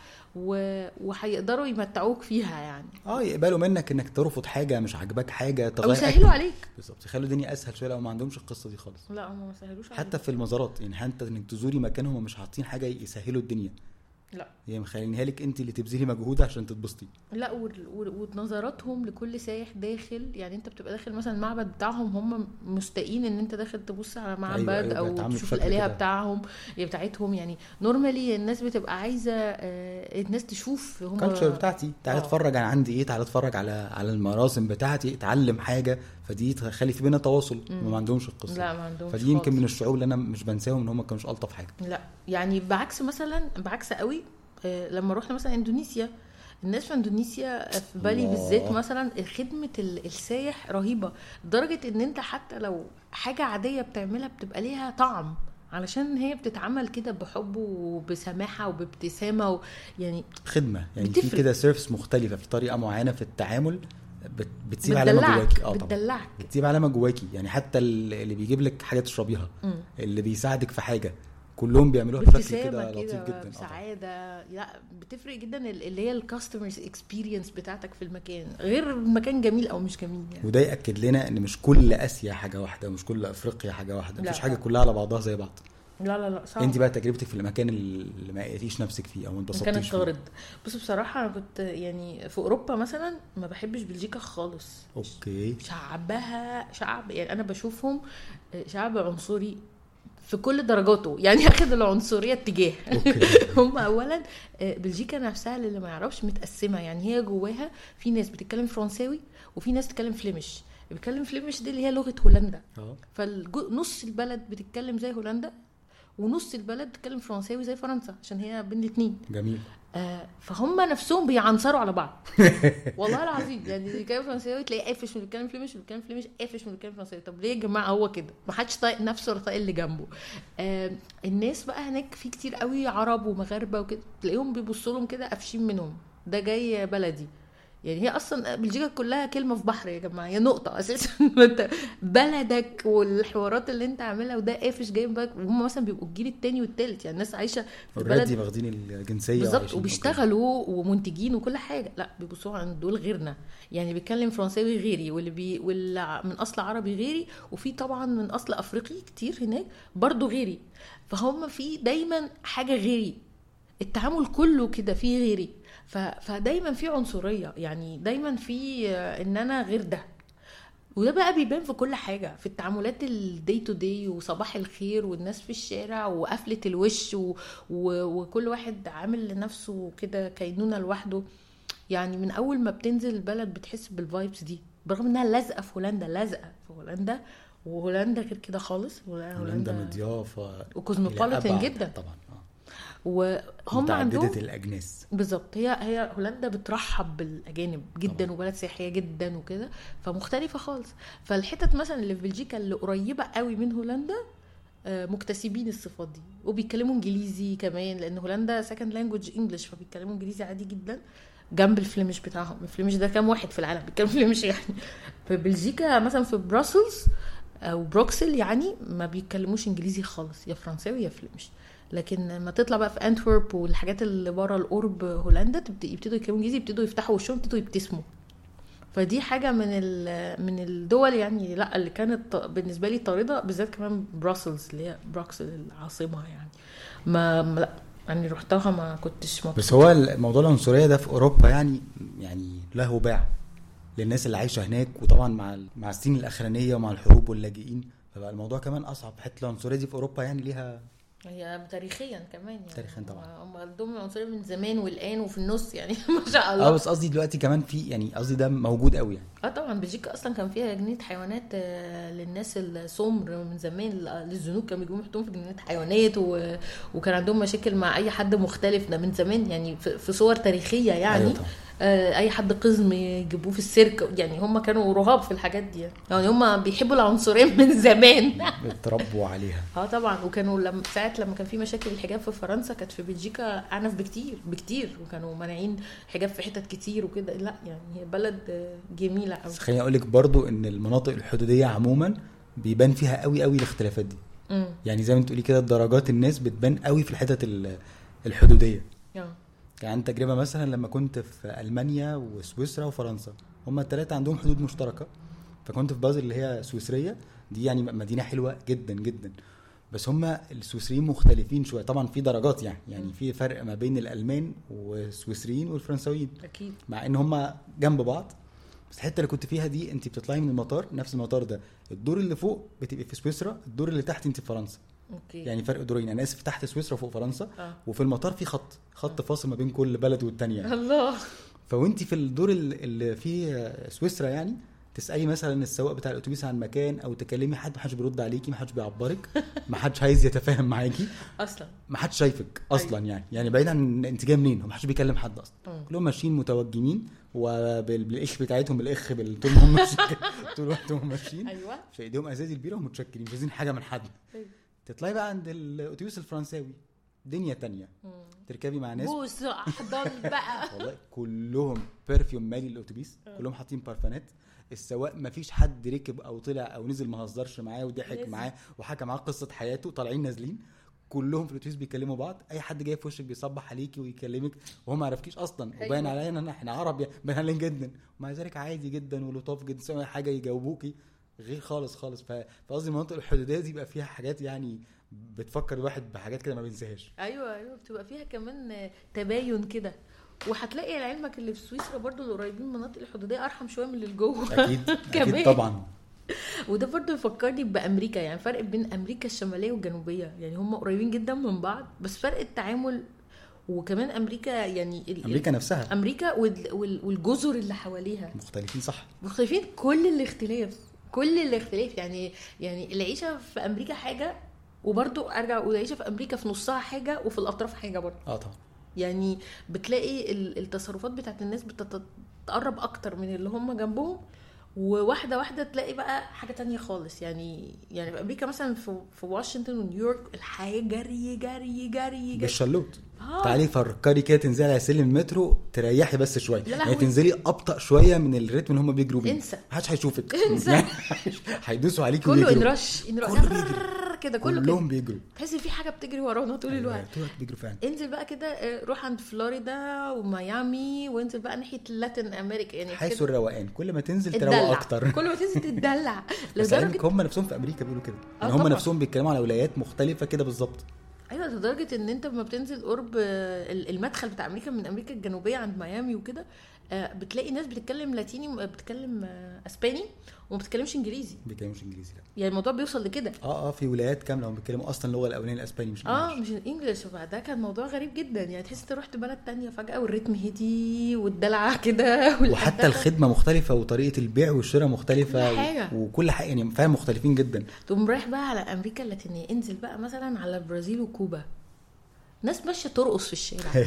وهيقدروا يمتعوك فيها يعني. اه يقبلوا منك انك ترفض حاجه مش عاجباك، حاجه تغير، او يسهلوا عليك بالظبط، يخلوا الدنيا اسهل شويه. لو ما عندهمش القصه دي خالص. لا هم ما سهلوش حتى في المزارات يعني. حتى انك تزوري مكان هم مش حاطين حاجه يسهلوا الدنيا. لا هي مخلينها لك انت اللي تبذلي مجهود عشان تتبسطي. لا ونظراتهم لكل سايح داخل يعني. انت بتبقى داخل مثلا المعبد بتاعهم، هم مستقين ان انت داخل تبص على معبد. أيوة أيوة او تشوف الالهه بتاعهم بتاعتهم يعني. نورمالي الناس بتبقى عايزه آه الناس تشوف هم الكالتشر بتاعتي. تعالى اتفرج على عندي ايه، تعالى اتفرج على على المراسم بتاعتي، اتعلم حاجه. فدي تخلي في بينا تواصل. ما عندهمش القصه. لا ما عندهمش. فدي يمكن من الشعوب اللي انا مش بنساهم ان هم كانوش الطف حاجه. لا يعني بعكس مثلا بعكس قوي لما رحنا مثلا اندونيسيا. الناس في اندونيسيا في بالي بالذات مثلا خدمه السايح رهيبه، لدرجه ان انت حتى لو حاجه عاديه بتعملها بتبقى ليها طعم، علشان هي بتتعمل كده بحب وبسماحه وبابتسامه و... يعني خدمه يعني. في كده سيرفيس مختلفه، في طريقه معينه في التعامل بتسيب علامه جواكي. اه بتدلعك، بتسيب علامه جواكي يعني. حتى اللي بيجيب لك حاجه تشربيها، م. اللي بيساعدك في حاجه، كلهم بيعملوها بشكل كده لطيف جدا. سعاده. لا بتفرق جدا اللي هي الكاستمرز اكسبيرينس بتاعتك في المكان، غير المكان جميل او مش جميل يعني. وده ياكد لنا ان مش كل اسيا حاجه واحده ومش كل افريقيا حاجه واحده. مفيش حاجه كلها على بعضها زي بعض. لا لا لا صعب. انت بقى تجربتك في المكان اللي ما لقيتيش نفسك فيه او انبسطتيش فيه؟ كانت طارد. بص بصراحه انا كنت يعني في اوروبا مثلا ما بحبش بلجيكا خالص. اوكي. شعبها شعب يعني انا بشوفهم شعب عنصري في كل درجاته يعني. اخذ العنصريه اتجاه. هم اولا بلجيكا نفسها اللي ما يعرفش متقسمه يعني. هي جواها في ناس بتتكلم فرنساوي وفي ناس بتتكلم فليمش. بيتكلم فليمش دي اللي هي لغه هولندا. فنص البلد بتتكلم زي هولندا ونص البلد بتتكلم فرنساوي زي فرنسا، عشان هي بين الاثنين. جميل. آه فهم نفسهم بيعنصروا على بعض. والله العظيم يعني. اللي بيتكلم فرنساوي تلاقيه قافش من بيتكلم فليمش، بيتكلم فليمش قافش من بيتكلم فرنساوي. طب ليه يا جماعه هو كده؟ ما حدش طايق نفسه ولا طايق اللي جنبه. آه الناس بقى هناك في كتير قوي عرب ومغاربه وكده، تلاقيهم بيبصوا لهم كده قافشين منهم، ده جاي بلدي يعني هي اصلا بلجيكا كلها كلمه في بحر يا جماعه، هي نقطه اساسا. انت بلدك والحوارات اللي انت عاملها وده قافش جايبك، وهم مثلا بيبقوا الجيل التاني والتالت، يعني الناس عايشه في اوريدي واخدين الجنسيه بالظبط وبيشتغلوا ومنتجين وكل حاجه. لا بيبصوا عن دول غيرنا، يعني بيتكلم فرنساوي غيري، واللي بي واللي من اصل عربي غيري، وفي طبعا من اصل افريقي كتير هناك برضو غيري، فهم في دايما حاجه غيري، التعامل كله كده فيه غيري، فدايما في عنصريه، يعني دايما في ان انا غير ده. وده بقى بيبان في كل حاجة، في التعاملات الدي تو دي وصباح الخير والناس في الشارع وقفلة الوش و... و... وكل واحد عامل لنفسه كده كينونة لوحده. يعني من أول ما بتنزل البلد بتحس بالفايبس دي، برغم انها لازقة في هولندا، لازقة في هولندا، وهولندا غير كده خالص. هولندا مضيافة وكوزموبوليتان جدا طبعا، وهم متعددة عندهم الأجناس بالظبط. هي هي هولندا بترحب بالأجانب جدا طبعا. وبلد سياحية جدا وكده، فمختلفة خالص. فالحتت مثلا اللي في بلجيكا اللي قريبة قوي من هولندا مكتسبين الصفات دي، وبيتكلموا انجليزي كمان، لأن هولندا second language English، فبيتكلموا انجليزي عادي جدا جنب الفليمش بتاعهم. الفليمش ده كام واحد في العالم بيتكلموا فليمش يعني. في بلجيكا مثلا في بروسلز أو بروكسل يعني ما بيتكلموش انجليزي خالص، يا فرنساوي يا فليمش. لكن لما تطلع بقى في انتورب والحاجات اللي بره القرب هولندا يبتدوا يتكلموا انجليزي، يبتدوا يفتحوا وشهم، يبتدوا يبتسموا. فدي حاجه من من الدول يعني لا اللي كانت بالنسبه لي طارده، بالذات كمان بروسلز اللي هي بروكسل العاصمه يعني. ما لا يعني رحتها ما كنتش مبسوطه. بس هو الموضوع العنصريه ده في اوروبا يعني يعني له باع للناس اللي عايشه هناك، وطبعا مع مع السنين الاخرانيه ومع الحروب واللاجئين فبقى الموضوع كمان اصعب. حته العنصريه دي في اوروبا يعني ليها هي تاريخيا كمان يعني تاريخيا طبعا هم عندهم العنصريه من زمان والان وفي النص يعني ما شاء الله. اه بس قصدي دلوقتي كمان في يعني قصدي ده موجود قوي يعني. اه طبعا بلجيكا اصلا كان فيها جنينه حيوانات للناس السمر من زمان، للزنوج كانوا بيجوا يحطوهم في جنينه حيوانات و... وكان عندهم مشاكل مع اي حد مختلف ده من زمان يعني في صور تاريخيه يعني. أيوة اي حد قزم يجيبوه في السيرك، يعني هم كانوا رهاب في الحاجات دي يعني هم بيحبوا العنصريه من زمان اتربوا عليها. اه طبعا. وكانوا لما ساعه لما كان في مشاكل الحجاب في فرنسا كانت في بلجيكا اعنف بكتير بكتير، وكانوا مانعين حجاب في حتت كتير وكده. لا يعني هي بلد جميله قوي. خليني اقول لك برضو ان المناطق الحدوديه عموما بيبان فيها قوي قوي الاختلافات دي. م. يعني زي ما انت تقولي كده درجات الناس بتبان قوي في الحتت الحدوديه. اه يعني تجربه مثلا لما كنت في المانيا وسويسرا وفرنسا، هما الثلاثه عندهم حدود مشتركه، فكنت في بازل اللي هي سويسريه دي يعني مدينه حلوه جدا جدا، بس هما السويسريين مختلفين شويه طبعا في درجات يعني يعني في فرق ما بين الالمان والسويسريين والفرنساويين اكيد مع ان هما جنب بعض. بس الحته اللي كنت فيها دي انت بتطلعي من المطار، نفس المطار ده الدور اللي فوق بتبقي في سويسرا، الدور اللي تحت انت في فرنسا. أوكي. يعني فرق دورين، انا اسف تحت سويسرا وفوق فرنسا. آه. وفي المطار في خط خط فاصل ما بين كل بلد والتانية يعني. الله. فوانتي في الدور اللي فيه سويسرا يعني تسالي مثلا السواق بتاع الاتوبيس عن مكان او تكلمي حد، ما حدش بيرد عليكي، ما حدش بيعبرك، ما حدش عايز يتفاهم معاكي اصلا، ما حدش شايفك اصلا يعني يعني بعيد عن انت جايه منين، ما حدش بيكلم حد اصلا. م. كلهم ماشيين متوجمين وبالاخ بتاعتهم بالاخ طول ما هم ماشيين طول الوقت هم ماشيين. ايوه في ايديهم ازاز البيره ومتشكرين مش عايزين حاجه من حد. أيوة. تطلعي بقى عند الاتوبيس الفرنساوي دنيا تانية. مم. تركبي مع ناس بوس احضان بقى والله كلهم برفيوم مالي الاتوبيس، كلهم حاطين بارفانات. السواق ما فيش حد ركب او طلع او نزل ما هزرش معاه وضحك معاه وحكى معاه قصه حياته. طالعين نازلين كلهم في الاتوبيس بيكلموا بعض، اي حد جاي في وشك بيصبح عليكي ويكلمك وهو ما عرفكيش اصلا. أيوة. وباين علينا ان احنا عرب باين جدا، ومع ذلك عادي جدا ولطاف جدا، سوى حاجه يجاوبوكي غير خالص خالص. فقصدي المناطق الحدوديه دي بقى فيها حاجات يعني بتفكر الواحد بحاجات كده ما بينساهاش. ايوه ايوه بتبقى فيها كمان تباين كده. وهتلاقي لعلمك اللي في سويسرا برضو القريبين من المناطق الحدوديه ارحم شويه من اللي جوه. اكيد اكيد طبعا. وده برضو يفكرني بامريكا، يعني فرق بين امريكا الشماليه والجنوبيه، يعني هم قريبين جدا من بعض بس فرق التعامل. وكمان امريكا يعني امريكا نفسها امريكا والجزر اللي حواليها مختلفين صح، مختلفين كل الاختلاف كل الاختلاف يعني يعني العيشه في امريكا حاجه، وبرضو ارجع والعيشه في امريكا في نصها حاجه وفي الاطراف حاجه برضو. اه طبعا. يعني بتلاقي التصرفات بتاعت الناس بتتقرب اكتر من اللي هم جنبهم، وواحده واحده تلاقي بقى حاجه تانية خالص. يعني يعني في امريكا مثلا في, في واشنطن ونيويورك الحياه جري جري جري, جري. بالشلوت آه. تعالي فكري كده تنزلي على سلم المترو تريحي بس شويه، يا يعني لهوي. تنزلي ابطا شويه من الريتم اللي هم بيجروا بيه، انسى. محدش هيشوفك انسى. يعني هيدوسوا عليكي كله ويجروا انرش انرش كله بيجري. كده كله كلهم كده بيجروا تحس في حاجه بتجري ورانا طول الوقت. أيوة، طول الوقت بيجروا فعلا. انزل بقى كده آه، روح عند فلوريدا وميامي وانزل بقى ناحيه لاتين امريكا يعني حيث كده الروقان كل ما تنزل تروق اتدلع. اكتر. كل ما تنزل تتدلع بس لدرجه هم نفسهم في امريكا بيقولوا كده آه ان هم طبعا. نفسهم بيتكلموا على ولايات مختلفه كده بالظبط. ايوه لدرجه ان انت لما بتنزل قرب آه، المدخل بتاع امريكا من امريكا الجنوبيه عند ميامي وكده آه، بتلاقي ناس بتتكلم لاتيني بتتكلم آه، اسباني وما بتتكلمش انجليزي. ما بيتكلموش انجليزي لا. يعني الموضوع بيوصل لكده. اه اه في ولايات كامله هم بيتكلموا اصلا اللغه الاولانيه الاسباني مش اه الانجليزي. مش الانجليش. وبعدها كان موضوع غريب جدا يعني تحس انت رحت بلد تانية فجاه والريتم هدي والدلع كده وحتى الخدمه مختلفه وطريقه البيع والشراء مختلفه كل حاجة. و... وكل حاجه يعني فاهم مختلفين جدا. تقوم رايح بقى على امريكا اللاتينيه انزل بقى مثلا على البرازيل وكوبا ناس ماشيه ترقص في الشارع.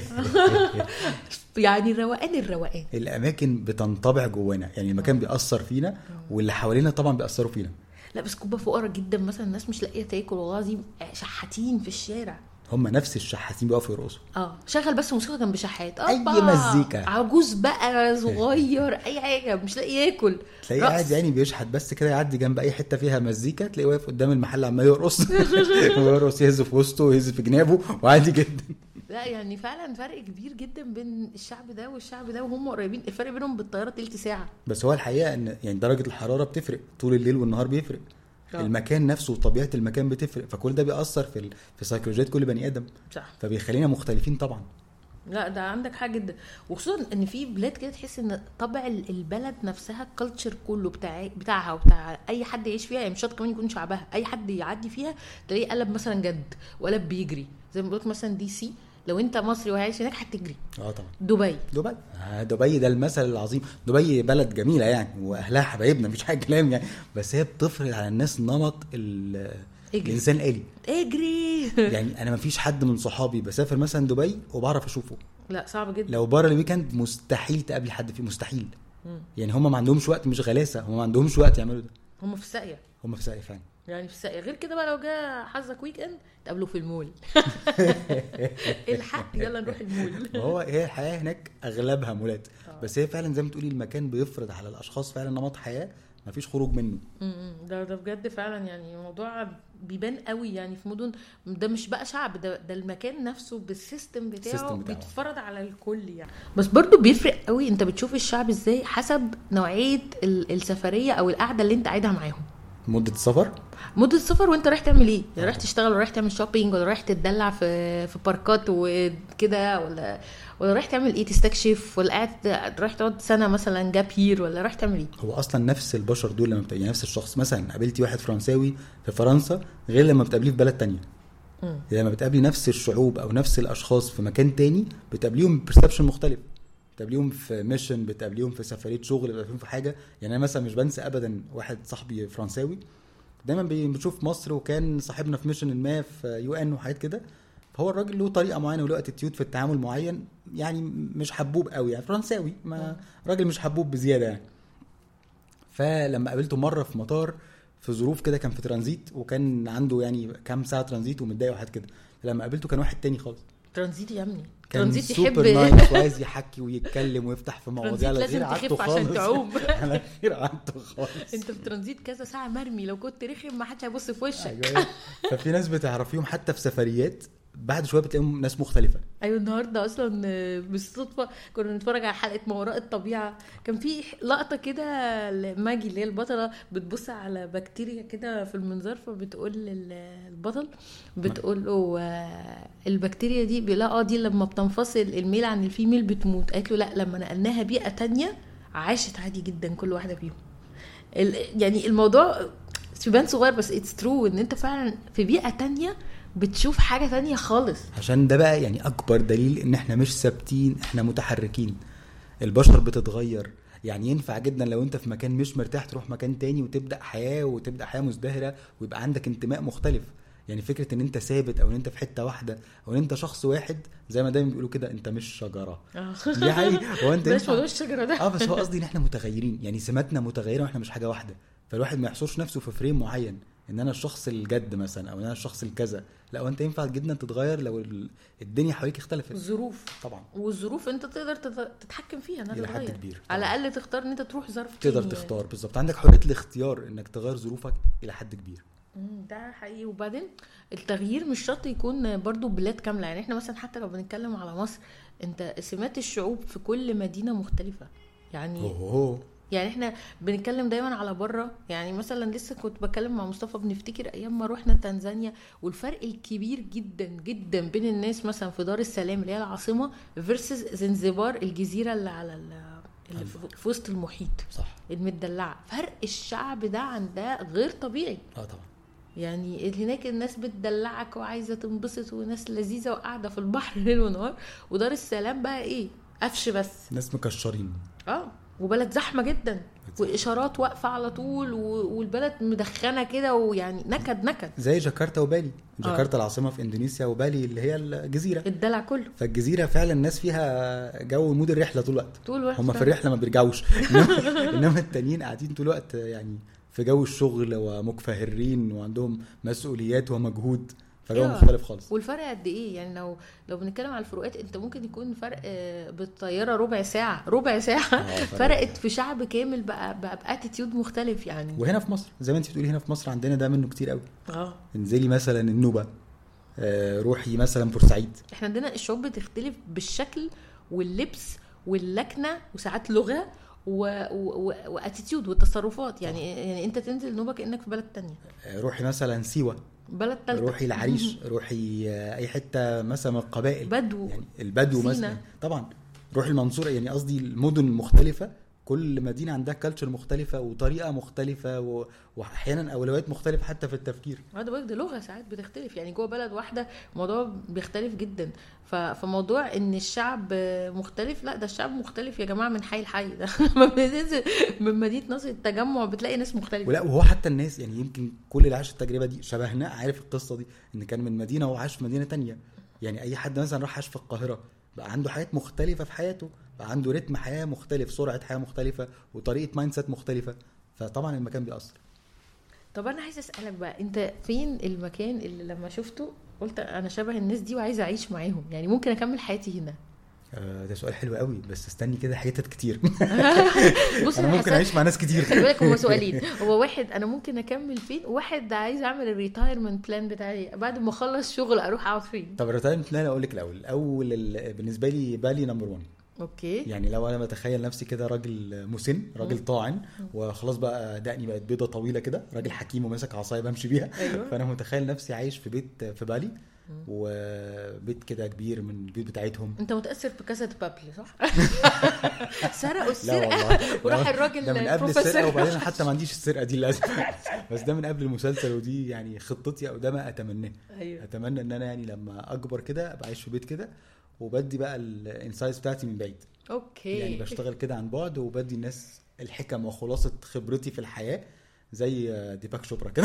يعني روقان الروقان. الاماكن بتنطبع جوانا يعني المكان بيأثر فينا واللي حوالينا طبعا بيأثروا فينا. لا بس كوبا فقراء جدا مثلا الناس مش لاقيه تاكل والله العظيم شحاتين في الشارع. هم نفس الشحاتين بيقفوا يرقصوا اه شغل بس موسيقى جنب شحات اي أوبا. مزيكا عجوز بقى صغير اي حاجه مش لاقي ياكل تلاقيه قاعد يعني بيشحت بس كده يعدي جنب اي حته فيها مزيكا تلاقيه واقف قدام المحل عمال يرقص ويرقص يهز في وسطه ويهز في جنابه وعادي جدا. لا يعني فعلا فرق كبير جدا بين الشعب ده والشعب ده وهم قريبين. الفرق بينهم بالطياره تلت ساعه. بس هو الحقيقه ان يعني درجه الحراره بتفرق طول الليل والنهار بيفرق. أوه. المكان نفسه وطبيعه المكان بتفرق فكل ده بيأثر في ال... في سيكولوجيه كل بني ادم صح. فبيخلينا مختلفين طبعا. لا ده عندك حاجه جدا وخصوصا ان في بلاد كده تحس ان طبع البلد نفسها الكالتشر كله بتاع بتاعها وبتاع اي حد يعيش فيها يعني مش شرط كمان يكون شعبها اي حد يعدي فيها تلاقيه قلب مثلا جد وقلب بيجري زي ما قلت مثلا دي سي لو انت مصري وعايش هناك هتجري. اه طبعا. دبي دبي آه دبي ده المثل العظيم. دبي بلد جميله يعني واهلها حبايبنا مفيش حاجه كلام يعني بس هي بتفرض على الناس نمط الانسان الالي اجري. يعني انا مفيش حد من صحابي بسافر مثلا دبي وبعرف اشوفه. لا صعب جدا. لو بره الويكند مستحيل تقابلي حد فيه مستحيل. مم. يعني هم ما عندهمش وقت مش غلاسه هم ما عندهمش وقت يعملوا ده. هم في الساقيه. هم في ساقيه فعلا يعني في الساقيه غير كده بقى لو جه حظك ويك اند تقابلوا في المول. الحق يلا نروح المول. هو هي الحياه هناك اغلبها مولات بس هي فعلا زي ما تقولي المكان بيفرض على الاشخاص فعلا نمط حياه مفيش خروج منه. ده ده بجد فعلا يعني موضوع بيبان قوي يعني في مدن ده مش بقى شعب ده ده المكان نفسه بالسيستم بتاعه بيتفرض على الكل يعني. بس برضو بيفرق قوي انت بتشوف الشعب ازاي حسب نوعيه السفريه او القعده اللي انت قاعدها معاهم. مده السفر مده السفر وانت رايح تعمل ايه يعني رايح تشتغل ولا رايح تعمل شوبينج ولا رايح تتدلع في في باركات وكده ولا ولا رايح تعمل ايه تستكشف ولا قاعد رايح تقعد سنه مثلا جاب هير ولا رايح تعمل ايه. هو اصلا نفس البشر دول لما بتقابلي نفس الشخص مثلا قابلتي واحد فرنساوي في فرنسا غير لما بتقابليه في بلد تانية. م. لما بتقابلي نفس الشعوب او نفس الاشخاص في مكان تاني بتقابليهم برسبشن مختلف بتقابليهم في ميشن بتقابليهم في سفريه شغل بتقابليهم في حاجه. يعني انا مثلا مش بنسى ابدا واحد صاحبي فرنساوي دايما بنشوف مصر وكان صاحبنا في ميشن ما في يو ان وحاجات كده فهو الراجل له طريقه معينه وله اتيتيود في التعامل معين يعني مش حبوب قوي يعني فرنساوي ما راجل مش حبوب بزياده يعني. فلما قابلته مره في مطار في ظروف كده كان في ترانزيت وكان عنده يعني كام ساعه ترانزيت ومتضايق وحاجات كده لما قابلته كان واحد تاني خالص. ترانزيت يا ابني ترانزيت يحب نايس وعايز يحكي ويتكلم ويفتح في مواضيع على غير عادته خالص عشان تعوم على غير عادته خالص. انت في ترانزيت كذا ساعه مرمي لو كنت رخم ما حدش هيبص في وشك. أيوة. ففي ناس بتعرفيهم حتى في سفريات بعد شويه بتلاقيهم ناس مختلفه. ايوه النهارده اصلا بالصدفه كنا بنتفرج على حلقه ما وراء الطبيعه كان في لقطه كده لماجي اللي هي البطله بتبص على بكتيريا كده في المنظار فبتقول للبطل بتقول له البكتيريا دي بيقول اه دي لما بتنفصل الميل عن الفيميل بتموت. قالت له لا لما نقلناها بيئه تانية عاشت عادي جدا كل واحده فيهم. يعني الموضوع بيبان صغير بس اتس ترو ان انت فعلا في بيئه تانية بتشوف حاجة تانية خالص. عشان ده بقى يعني أكبر دليل إن إحنا مش ثابتين إحنا متحركين. البشر بتتغير يعني ينفع جدا لو أنت في مكان مش مرتاح تروح مكان تاني وتبدأ حياة وتبدأ حياة مزدهرة ويبقى عندك انتماء مختلف. يعني فكره ان انت ثابت او ان انت في حته واحده او ان انت شخص واحد زي ما دايما بيقولوا كده انت مش شجره. دي حقيقي. هو انت مش موضوع الشجره ده اه بس هو قصدي ان احنا متغيرين، يعني سماتنا متغيره واحنا مش حاجه واحده. فالواحد ما يحصرش نفسه في فريم معين ان انا الشخص الجد مثلا او ان انا الشخص الكذا، لا وانت ينفع جدا تتغير لو الدنيا حواليك اختلفت. الظروف طبعا، والظروف انت تقدر تتحكم فيها انها الى حد تتغير كبير. على الاقل تختار ان انت تروح ظرف تقدر تختار بالظبط، عندك حريه الاختيار انك تغير ظروفك الى حد كبير. ده حقيقي. وبعدين التغيير مش شرط يكون برضو بلاد كامله، يعني احنا مثلا حتى لو بنتكلم على مصر، انت سمات الشعوب في كل مدينه مختلفه. يعني أوه. يعني احنا بنتكلم دايما على بره، يعني مثلا لسه كنت بتكلم مع مصطفى بنفتكر ايام ما روحنا تنزانيا والفرق الكبير جدا جدا بين الناس مثلا في دار السلام اللي هي العاصمه فيرسز زنزبار الجزيره اللي على اللي في وسط المحيط، صح، المدلعه. فرق الشعب ده عن ده غير طبيعي. اه طبعا. يعني هناك الناس بتدلعك وعايزه تنبسط وناس لذيذه وقاعده في البحر ليل ونهار، ودار السلام بقى ايه، قفش بس، ناس مكشرين. اه وبلد زحمه جدا واشارات واقفه على طول والبلد مدخنه كده، ويعني نكد نكد زي جاكرتا وبالي. جاكرتا آه. العاصمه في اندونيسيا، وبالي اللي هي الجزيره الدلع كله. فالجزيره فعلا الناس فيها جو مود الرحله طول الوقت، طول الوقت هم في الرحله ما بيرجعوش انما التانيين قاعدين طول الوقت يعني في جو الشغل ومكفهرين وعندهم مسؤوليات ومجهود، فجو مختلف خالص. والفرق قد ايه يعني؟ لو لو بنتكلم على الفروقات، انت ممكن يكون فرق بالطياره ربع ساعه ربع ساعه فرقت في شعب كامل بقى بقى باتيتيود مختلف يعني. وهنا في مصر زي ما انت بتقولي، هنا في مصر عندنا ده منه كتير قوي. اه انزلي مثلا النوبه، آه روحي مثلا بورسعيد، احنا عندنا الشعوب بتختلف بالشكل واللبس واللكنه وساعات لغه واتيتيود والتصرفات يعني. يعني انت تنزل النوبه كانك في بلد تانية. روحي مثلا سيوه، بلد تالتة، روحي العريش، روحي اي حته مثلا من القبائل، بدو يعني البدو مثلا طبعا، روحي المنصوره، يعني قصدي المدن المختلفه، كل مدينه عندها كالتشر مختلفه وطريقه مختلفه واحيانا اولويات مختلفه حتى في التفكير. هذا بقى ده لغه ساعات بتختلف يعني جوه بلد واحده، الموضوع بيختلف جدا. فموضوع ان الشعب مختلف، لا ده الشعب مختلف يا جماعه من حي لحي ده لما بتنزل من مدينه نصر التجمع بتلاقي ناس مختلفه. ولا وهو حتى الناس يعني يمكن كل اللي عاش التجربه دي شبهنا، عارف القصه دي ان كان من مدينه وعاش في مدينه تانية. يعني اي حد مثلا راح عاش في القاهره بقى عنده حياه مختلفه في حياته، بقى عنده رتم حياه مختلف، سرعه حياه مختلفه، وطريقه مايند سيت مختلفه، فطبعا المكان بيأثر. طب انا عايز اسالك بقى، انت فين المكان اللي لما شفته قلت انا شبه الناس دي وعايزه اعيش معاهم، يعني ممكن اكمل حياتي هنا؟ آه ده سؤال حلو قوي، بس استني كده، حياتك كتير بص انا ممكن اعيش مع ناس كتير. خلي بالك هو سؤالين، هو واحد انا ممكن اكمل فين، وواحد عايز اعمل الريتايرمنت بلان بتاعي بعد ما اخلص شغل اروح اقعد فين. طب الريتايرمنت بلان اقول لك الاول الاول بالنسبه لي بالي نمبر واحد. اوكي. يعني لو انا بتخيل نفسي كده راجل مسن، راجل طاعن، وخلاص بقى دقني بقت بيضه طويله كده، راجل حكيم وماسك عصايه بمشي بيها. أيوة. فانا متخيل نفسي عايش في بيت في بالي، وبيت كده كبير من البيت بتاعتهم. انت متاثر بكاسة بابلي صح؟ سرقوا السرقه وراح الراجل ده من قبل السرقه، وبعدين حتى ما عنديش السرقه دي للاسف بس ده من قبل المسلسل، ودي يعني خطتي او ده ما اتمناه. أيوة. اتمنى ان انا يعني لما اكبر كده ابقى عايش في بيت كده، وبدي بقى الانسايتس بتاعتي من بعيد. اوكي. يعني بشتغل كده عن بعد، وبدي الناس الحكم وخلاصه خبرتي في الحياه زي ديباك شوبرا كده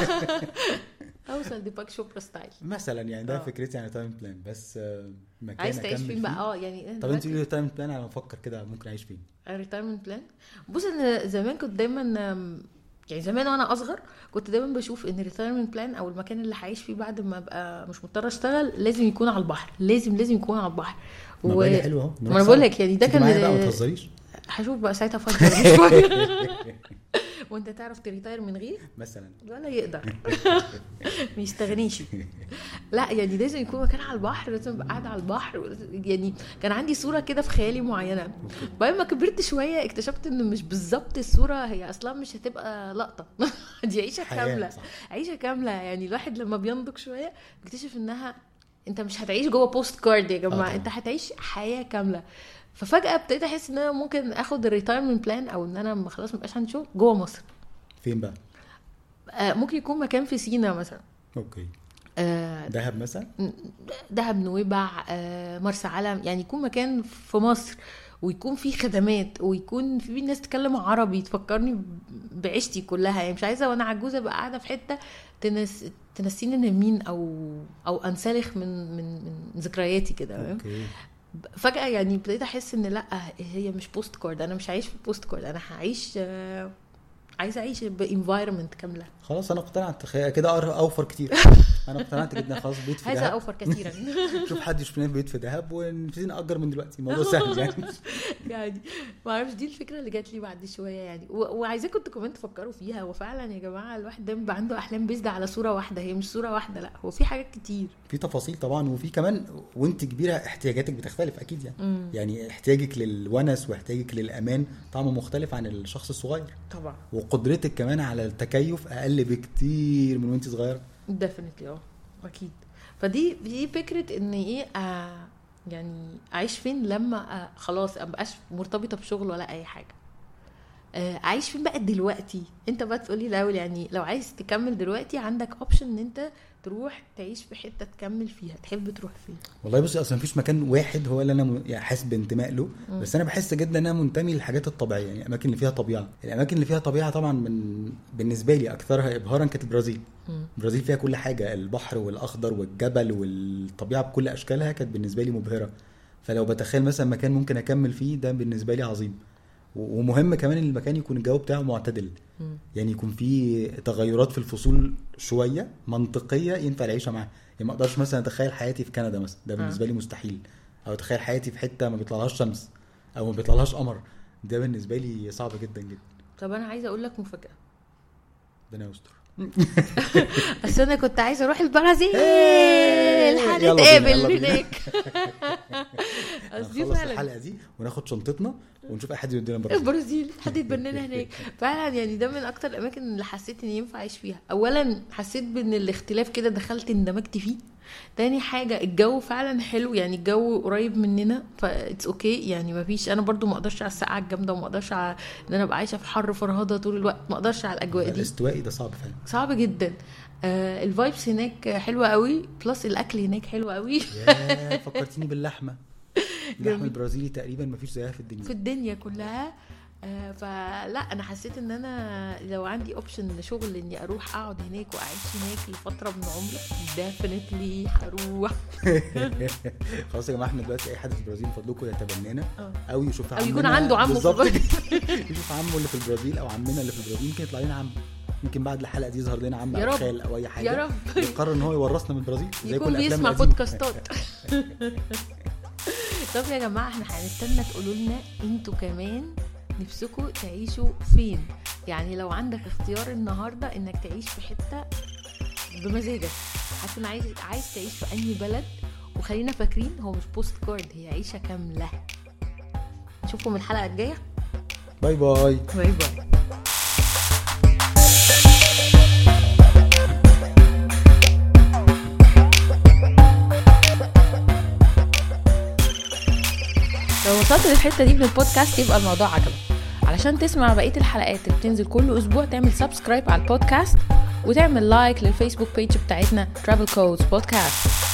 اوصل ديباك شوبرا ستايل مثلا. يعني ده أوه. فكرتي عن تايم بلان. بس مكان عايز تعيش فين بقى؟ اه يعني طب انت قولي تايم بلان، انا بفكر كده ممكن اعيش فين. الريتايرمنت بلان، بص انا زمان كنت دايما يعني زمان وانا اصغر كنت دايما بشوف ان الريتايرمنت بلان او المكان اللي هعيش فيه بعد ما ابقى مش مضطر اشتغل لازم يكون على البحر، لازم لازم يكون على البحر. ما و... بالي حلو اهو. ما انا بقول لك يعني ده كان معايا بقى، ما تهزريش. هشوف بقى ساعتها افكر شويه وانت تعرف تريتاير من غير مثلا ولا يقدر ما يستغنيش. لا يعني لازم يكون مكان على البحر، لازم ابقى قاعده على البحر. يعني كان عندي صوره كده في خيالي معينه، بعد ما كبرت شويه اكتشفت ان مش بالظبط الصوره، هي اصلا مش هتبقى لقطه دي عيشه كامله، عيشه كامله. يعني الواحد لما بينضج شويه بيكتشف انها انت مش هتعيش جوه بوست كارد يا جماعه، انت هتعيش حياه كامله. ففجاه ابتديت احس ان انا ممكن اخد الريتايرمنت بلان، او ان انا خلاص ما بقاش عندي شغل جوه مصر. فين بقى؟ آه ممكن يكون مكان في سينا مثلا. اوكي. آه دهب مثلا، دهب، نويبع، آه مرسى علم، يعني يكون مكان في مصر ويكون في خدمات ويكون في ناس تتكلم عربي تفكرني بعيشتي كلها. يعني مش عايزه وانا عجوزه ابقى قاعده في حته تنس... تنسيني ان مين او او انسلخ من من من ذكرياتي كده. اوكي. فجاه يعني ابتديت احس ان لا هي مش بوست كارد، انا مش هعيش في بوست كارد، انا هعيش عايزه اعيش بانفايرمنت كامله. خلاص انا اقتنعت كده اوفر كتير. انا اقتنعت جدا خلاص بيت في دهب. هذا اوفر كثيرا. شوف حد يشوف لنا بيت في دهب ونبتدي نأجر من دلوقتي، الموضوع سهل يعني. يعني ما اعرفش دي الفكره اللي جات لي بعد شويه يعني، وعايزاكم انتوا كمان تفكروا فيها. وفعلا يا جماعه الواحد دايما بيبقى عنده احلام بيزد على صوره واحده، هي مش صوره واحده، لا هو في حاجات كتير، في تفاصيل طبعا، وفي كمان وانت كبيره احتياجاتك بتختلف اكيد يعني. مم. يعني احتياجك للونس واحتياجك للامان طعمه مختلف عن الشخص الصغير طبعا، وقدرتك كمان على التكيف اقل بكتير من وانت صغيره. ديفينتلي اه اكيد. فدي دي فكره ان ايه آه يعني اعيش فين لما آه خلاص ابقاش مرتبطه بشغل ولا اي حاجه. آه اعيش فين بقى دلوقتي؟ انت بقى تقولي الاول يعني لو عايز تكمل دلوقتي عندك اوبشن ان انت تروح تعيش في حته تكمل فيها، تحب تروح فين؟ والله بصي اصلا مفيش مكان واحد هو اللي انا يعني حاسس بانتماء له، م. بس انا بحس جدا ان انا منتمي للحاجات الطبيعيه، يعني الاماكن اللي فيها طبيعه. الاماكن اللي فيها طبيعه طبعا من بالنسبه لي اكثرها ابهارا كانت البرازيل. م. البرازيل فيها كل حاجه، البحر والاخضر والجبل والطبيعه بكل اشكالها كانت بالنسبه لي مبهره. فلو بتخيل مثلا مكان ممكن اكمل فيه ده بالنسبه لي عظيم. ومهم كمان ان المكان يكون الجو بتاعه معتدل، م. يعني يكون فيه تغيرات في الفصول شويه منطقيه ينفع العيشه معاها. يعني ما اقدرش مثلا اتخيل حياتي في كندا مثلا، ده بالنسبه لي مستحيل. او اتخيل حياتي في حته ما بيطلعلهاش شمس او ما بيطلعلهاش قمر، ده بالنسبه لي صعب جدا جدا. طب انا عايزه اقول لك مفاجاه. ربنا يستر. بس انا كنت عايزه اروح البرازيل هنتقابل هناك. نخلص الحلقه دي وناخد شنطتنا ونشوف اي حد يودينا البرازيل. البرازيل حد يتبنانا هناك فعلا. يعني ده من اكتر الاماكن اللي حسيت اني ينفع اعيش فيها. اولا حسيت بان الاختلاف كده دخلت اندمجت فيه. تاني حاجه الجو فعلا حلو، يعني الجو قريب مننا فاتس اوكي. يعني ما فيش، انا برضو ما اقدرش على السقعه الجامده وما اقدرش على ان انا ابقى عايشه في حر فرهضه طول الوقت، ما اقدرش على الاجواء دي. الاستوائي ده صعب فعلا، صعب جدا. آه الفايبس هناك حلوه قوي، بلس الاكل هناك حلو قوي. يا فكرتيني باللحمه. اللحمه البرازيلي تقريبا ما فيش زيها في الدنيا في الدنيا كلها. آه فلا انا حسيت ان انا لو عندي اوبشن لشغل اني اروح اقعد هناك واعيش هناك لفتره من عمري ديفينتلي هروح. خلاص يا جماعه احنا دلوقتي اي حد في البرازيل فضلكم يتبنانا او يشوف عمنا او يكون عنده عمه في البرازيل. يشوف عمه اللي في البرازيل او عمنا اللي في البرازيل، يمكن يطلع لنا عم، يمكن بعد الحلقه دي يظهر لنا عم او خال او اي حاجه، يا رب يقرر ان هو يورثنا من البرازيل زي كل افلام يسمع بودكاستات. طب يا جماعه احنا هنستنى تقولوا لنا انتوا كمان نفسكم تعيشوا فين. يعني لو عندك اختيار النهارده انك تعيش في حته بمزاجك، حتى عايز عايز تعيش في اي بلد. وخلينا فاكرين هو مش بوست كارد، هي عيشه كامله. نشوفكم الحلقه الجايه. باي باي باي باي. لو وصلت للحته دي من البودكاست يبقى الموضوع عجبك. علشان تسمع بقيه الحلقات اللي بتنزل كل اسبوع تعمل سبسكرايب على البودكاست وتعمل لايك للفيسبوك بيج بتاعتنا Travel Codes Podcast.